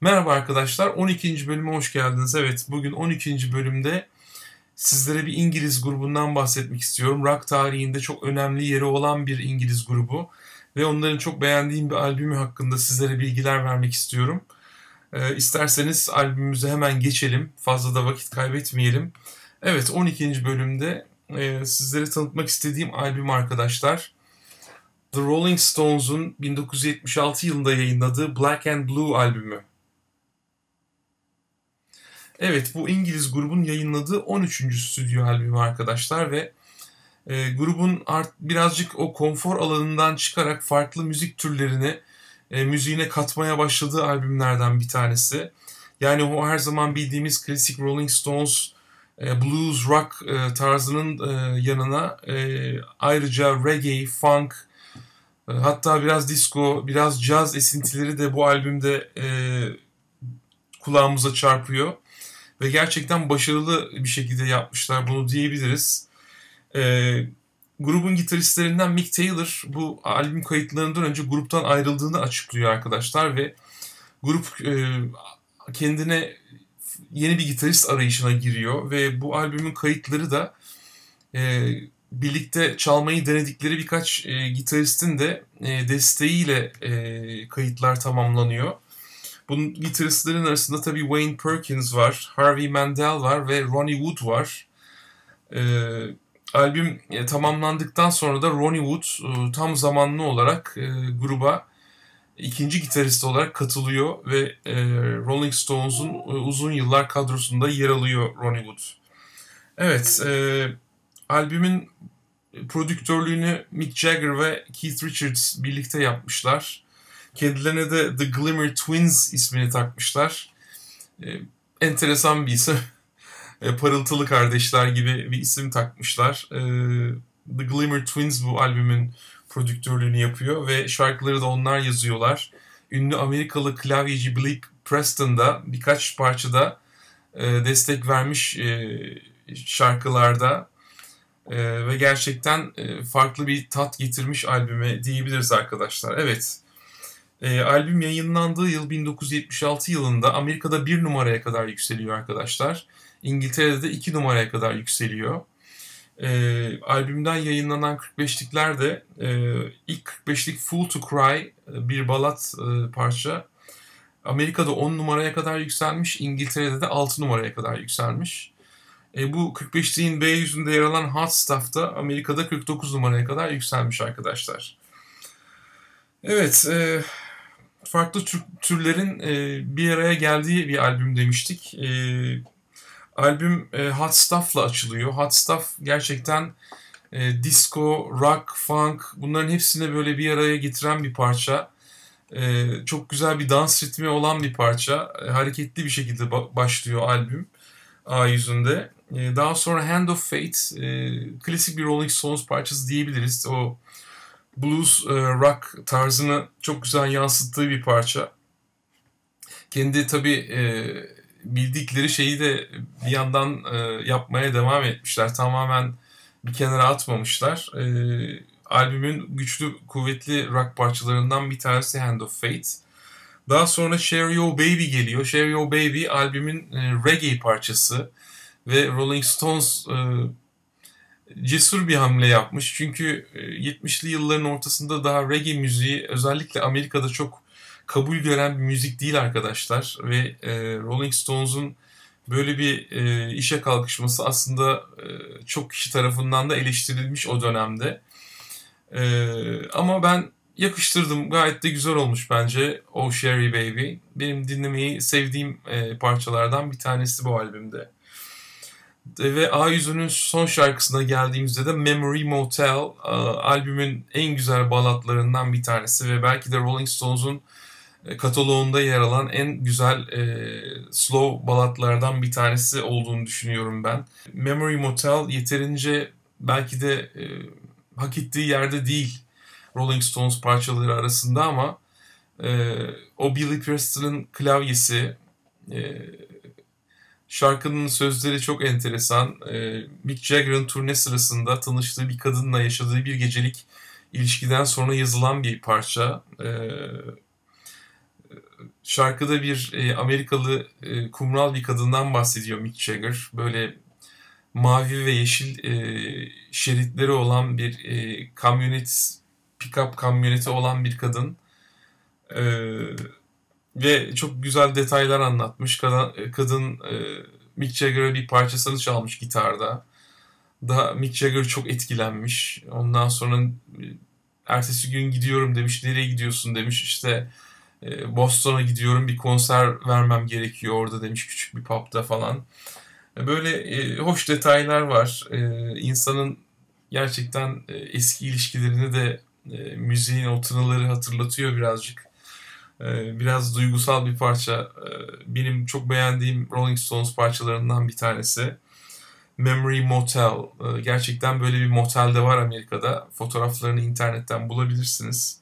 Merhaba arkadaşlar, 12. bölüme hoş geldiniz. Evet, bugün 12. bölümde sizlere bir İngiliz grubundan bahsetmek istiyorum. Rock tarihinde çok önemli yeri olan bir İngiliz grubu ve onların çok beğendiğim bir albümü hakkında sizlere bilgiler vermek istiyorum. İsterseniz albümümüze hemen geçelim, fazla da vakit kaybetmeyelim. Evet, 12. bölümde sizlere tanıtmak istediğim albüm arkadaşlar, The Rolling Stones'un 1976 yılında yayınladığı Black and Blue albümü. Evet, bu İngiliz grubun yayınladığı 13. stüdyo albümü arkadaşlar ve grubun birazcık o konfor alanından çıkarak farklı müzik türlerini müziğine katmaya başladığı albümlerden bir tanesi. Yani o her zaman bildiğimiz klasik Rolling Stones blues rock tarzının yanına ayrıca reggae, funk, hatta biraz disco, biraz caz esintileri de bu albümde kulağımıza çarpıyor. Ve gerçekten başarılı bir şekilde yapmışlar, bunu diyebiliriz. Ee, Grubun gitaristlerinden Mick Taylor bu albüm kayıtlarından önce gruptan ayrıldığını açıklıyor arkadaşlar ve grup kendine yeni bir gitarist arayışına giriyor ve bu albümün kayıtları da e, birlikte çalmayı denedikleri birkaç gitaristin de desteğiyle kayıtlar tamamlanıyor. Bunun gitaristlerin arasında tabii Wayne Perkins var, Harvey Mandel var ve Ronnie Wood var. Albüm tamamlandıktan sonra da Ronnie Wood tam zamanlı olarak gruba ikinci gitarist olarak katılıyor ve Rolling Stones'un uzun yıllar kadrosunda yer alıyor Ronnie Wood. Evet, albümün prodüktörlüğünü Mick Jagger ve Keith Richards birlikte yapmışlar. Kendilerine de The Glimmer Twins ismini takmışlar. Enteresan bir isim. Parıltılı kardeşler gibi bir isim takmışlar. The Glimmer Twins bu albümün prodüktörlüğünü yapıyor ve şarkıları da onlar yazıyorlar. Ünlü Amerikalı klavyeci Billy Preston da birkaç parçada destek vermiş şarkılarda. Ve gerçekten farklı bir tat getirmiş albüme diyebiliriz arkadaşlar. Evet. Albüm yayınlandığı yıl 1976 yılında Amerika'da 1 numaraya kadar yükseliyor arkadaşlar. İngiltere'de de 2 numaraya kadar yükseliyor. Albümden yayınlanan 45'likler de ilk 45'lik Fool to Cry bir balat parça. Amerika'da 10 numaraya kadar yükselmiş, İngiltere'de de 6 numaraya kadar yükselmiş. Bu 45'liğin B yüzünde yer alan Hot Stuff da Amerika'da 49 numaraya kadar yükselmiş arkadaşlar. Evet, farklı türlerin bir araya geldiği bir albüm demiştik. Albüm Hot Stuff'la açılıyor. Hot Stuff gerçekten disco, rock, funk bunların hepsini böyle bir araya getiren bir parça. Çok güzel bir dans ritmi olan bir parça. Hareketli bir şekilde başlıyor albüm A yüzünde. Daha sonra Hand of Fate, klasik bir Rolling Stones parçası diyebiliriz. O blues, rock tarzını çok güzel yansıttığı bir parça. Kendi tabii bildikleri şeyi de bir yandan yapmaya devam etmişler. Tamamen bir kenara atmamışlar. Albümün güçlü, kuvvetli rock parçalarından bir tanesi Hand of Fate. Daha sonra Cherry O Baby geliyor. Cherry O Baby albümün reggae parçası ve Rolling Stones cesur bir hamle yapmış. Çünkü 70'li yılların ortasında daha reggae müziği özellikle Amerika'da çok kabul gören bir müzik değil arkadaşlar. Ve Rolling Stones'un böyle bir işe kalkışması aslında çok kişi tarafından da eleştirilmiş o dönemde. Ama ben yakıştırdım. Gayet de güzel olmuş bence Oh Sherry Baby. Benim dinlemeyi sevdiğim parçalardan bir tanesi bu albümde. Ve A yüzünün son şarkısına geldiğimizde de Memory Motel albümün en güzel balatlarından bir tanesi ve belki de Rolling Stones'un kataloğunda yer alan en güzel slow balatlardan bir tanesi olduğunu düşünüyorum ben. Memory Motel yeterince belki de hak ettiği yerde değil Rolling Stones parçaları arasında ama o Billy Preston'ın klavyesi, şarkının sözleri çok enteresan. Mick Jagger'ın turne sırasında tanıştığı bir kadınla yaşadığı bir gecelik ilişkiden sonra yazılan bir parça. şarkıda bir Amerikalı kumral bir kadından bahsediyor Mick Jagger. Böyle mavi ve yeşil şeritleri olan bir kamyonet, pick-up kamyoneti olan bir kadın. E, Ve çok güzel detaylar anlatmış. Kadın Mick Jagger'a bir parçasını çalmış gitarda. Daha Mick Jagger çok etkilenmiş. Ondan sonra ertesi gün gidiyorum demiş. Nereye gidiyorsun demiş. İşte Boston'a gidiyorum, bir konser vermem gerekiyor orada demiş, küçük bir pub'da falan. Böyle hoş detaylar var. İnsanın gerçekten eski ilişkilerini de müziğin o tınıları hatırlatıyor birazcık. Biraz duygusal bir parça. Benim çok beğendiğim Rolling Stones parçalarından bir tanesi. Memory Motel. Gerçekten böyle bir motel de var Amerika'da. Fotoğraflarını internetten bulabilirsiniz.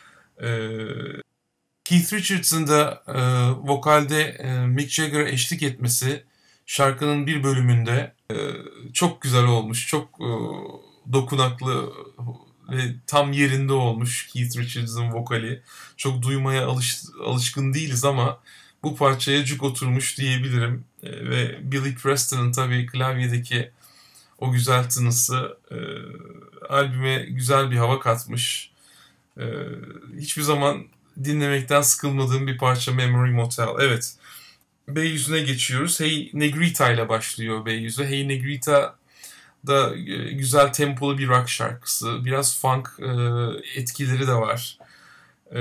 Keith Richards'ın da vokalde Mick Jagger'a eşlik etmesi şarkının bir bölümünde çok güzel olmuş. Çok dokunaklı ve tam yerinde olmuş Keith Richards'ın vokali. Çok duymaya alışkın değiliz ama bu parçaya cuk oturmuş diyebilirim. Ve Billy Preston'ın tabii klavyedeki o güzel tınısı albüme güzel bir hava katmış. E, Hiçbir zaman dinlemekten sıkılmadığım bir parça Memory Motel. Evet. B100'üne geçiyoruz. Hey Negrita ile başlıyor B100'e. Hey Negrita da güzel tempolu bir rock şarkısı. Biraz funk etkileri de var. E,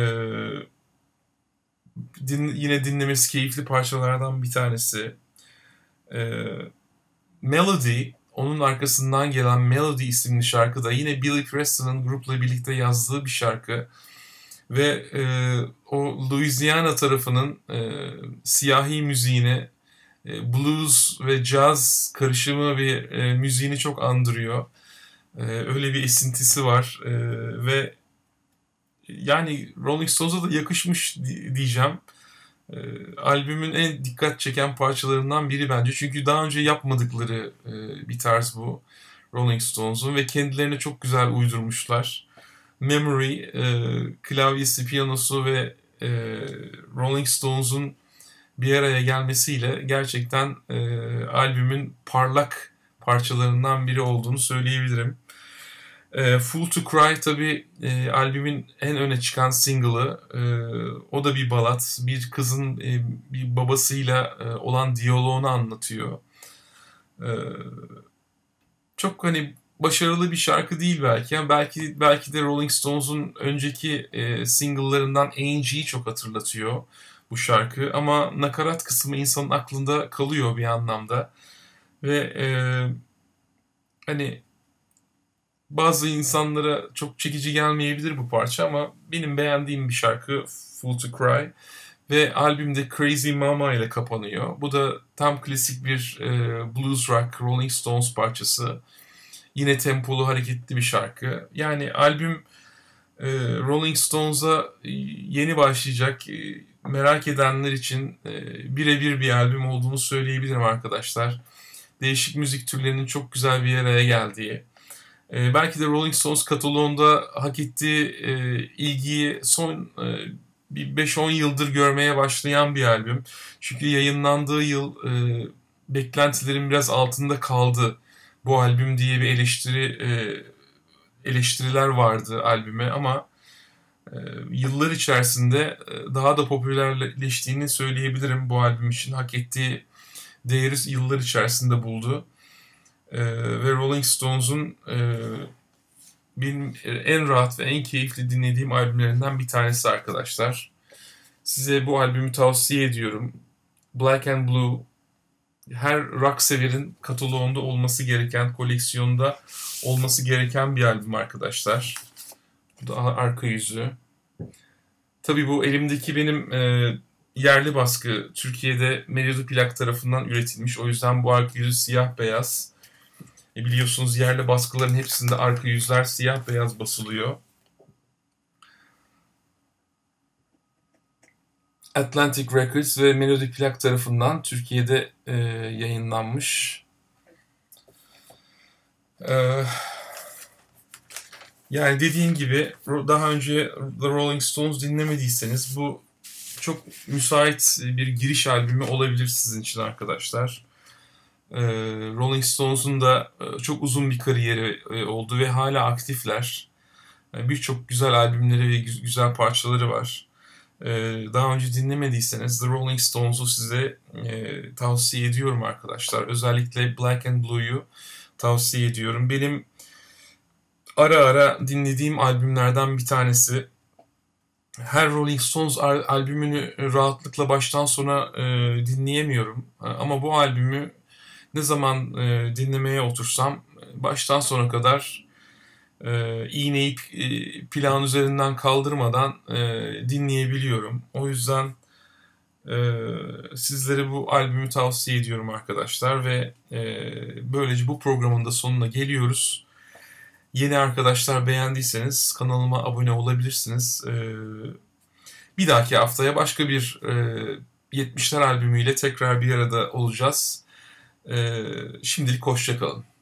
Yine dinlemesi keyifli parçalardan bir tanesi. E, Melody, onun arkasından gelen Melody isimli şarkı da yine Billy Preston'ın grupla birlikte yazdığı bir şarkı. Ve o Louisiana tarafının siyahi müziğini, blues ve jazz karışımı bir müziğini çok andırıyor. Öyle bir esintisi var. Ve yani Rolling Stones'a da yakışmış diyeceğim. Albümün en dikkat çeken parçalarından biri bence. Çünkü daha önce yapmadıkları bir tarz bu Rolling Stones'un ve kendilerine çok güzel uydurmuşlar. Memory, klavyesi, piyanosu ve Rolling Stones'un bir araya gelmesiyle gerçekten albümün parlak parçalarından biri olduğunu söyleyebilirim. Fool to Cry tabii albümün en öne çıkan single'ı. O da bir balat. Bir kızın bir babasıyla olan diyaloğunu anlatıyor. E, Çok hani başarılı bir şarkı değil belki. Yani belki de Rolling Stones'un önceki single'larından Angie'yi çok hatırlatıyor bu şarkı. Ama nakarat kısmı insanın aklında kalıyor bir anlamda. Ve hani bazı insanlara çok çekici gelmeyebilir bu parça ama benim beğendiğim bir şarkı Fool to Cry. Ve albümde Crazy Mama ile kapanıyor. Bu da tam klasik bir blues rock Rolling Stones parçası. Yine tempolu, hareketli bir şarkı. Yani albüm Rolling Stones'a yeni başlayacak, merak edenler için birebir bir albüm olduğunu söyleyebilirim arkadaşlar. Değişik müzik türlerinin çok güzel bir araya geldiği. Belki de Rolling Stones kataloğunda hak ettiği ilgiyi son bir 5-10 yıldır görmeye başlayan bir albüm. Çünkü yayınlandığı yıl beklentilerin biraz altında kaldı bu albüm diye bir eleştiriler vardı albüme ama yıllar içerisinde daha da popülerleştiğini söyleyebilirim. Bu albüm için hak ettiği değeri yıllar içerisinde buldu. Ve Rolling Stones'un benim en rahat ve en keyifli dinlediğim albümlerinden bir tanesi arkadaşlar. Size bu albümü tavsiye ediyorum. Black and Blue her rock severin kataloğunda olması gereken, koleksiyonda olması gereken bir albüm arkadaşlar. Bu da arka yüzü. Tabii bu elimdeki benim yerli baskı. Türkiye'de Melodi Plak tarafından üretilmiş. O yüzden bu arka yüzü siyah beyaz. Biliyorsunuz yerli baskıların hepsinde arka yüzler siyah beyaz basılıyor. Atlantic Records ve Melodi Plak tarafından Türkiye'de yayınlanmış. Yani dediğim gibi daha önce The Rolling Stones dinlemediyseniz bu çok müsait bir giriş albümü olabilir sizin için arkadaşlar. Rolling Stones'un da çok uzun bir kariyeri oldu ve hala aktifler. Birçok güzel albümleri ve güzel parçaları var. Daha önce dinlemediyseniz The Rolling Stones'u size tavsiye ediyorum arkadaşlar. Özellikle Black and Blue'yu tavsiye ediyorum. Benim ara ara dinlediğim albümlerden bir tanesi. Her Rolling Stones albümünü rahatlıkla baştan sona dinleyemiyorum. Ama bu albümü ne zaman dinlemeye otursam baştan sona kadar iğneyi plan üzerinden kaldırmadan dinleyebiliyorum. O yüzden sizlere bu albümü tavsiye ediyorum arkadaşlar ve böylece bu programın da sonuna geliyoruz. Yeni arkadaşlar beğendiyseniz kanalıma abone olabilirsiniz. Bir dahaki haftaya başka bir 70'ler albümüyle tekrar bir arada olacağız. Şimdilik hoşça kalın.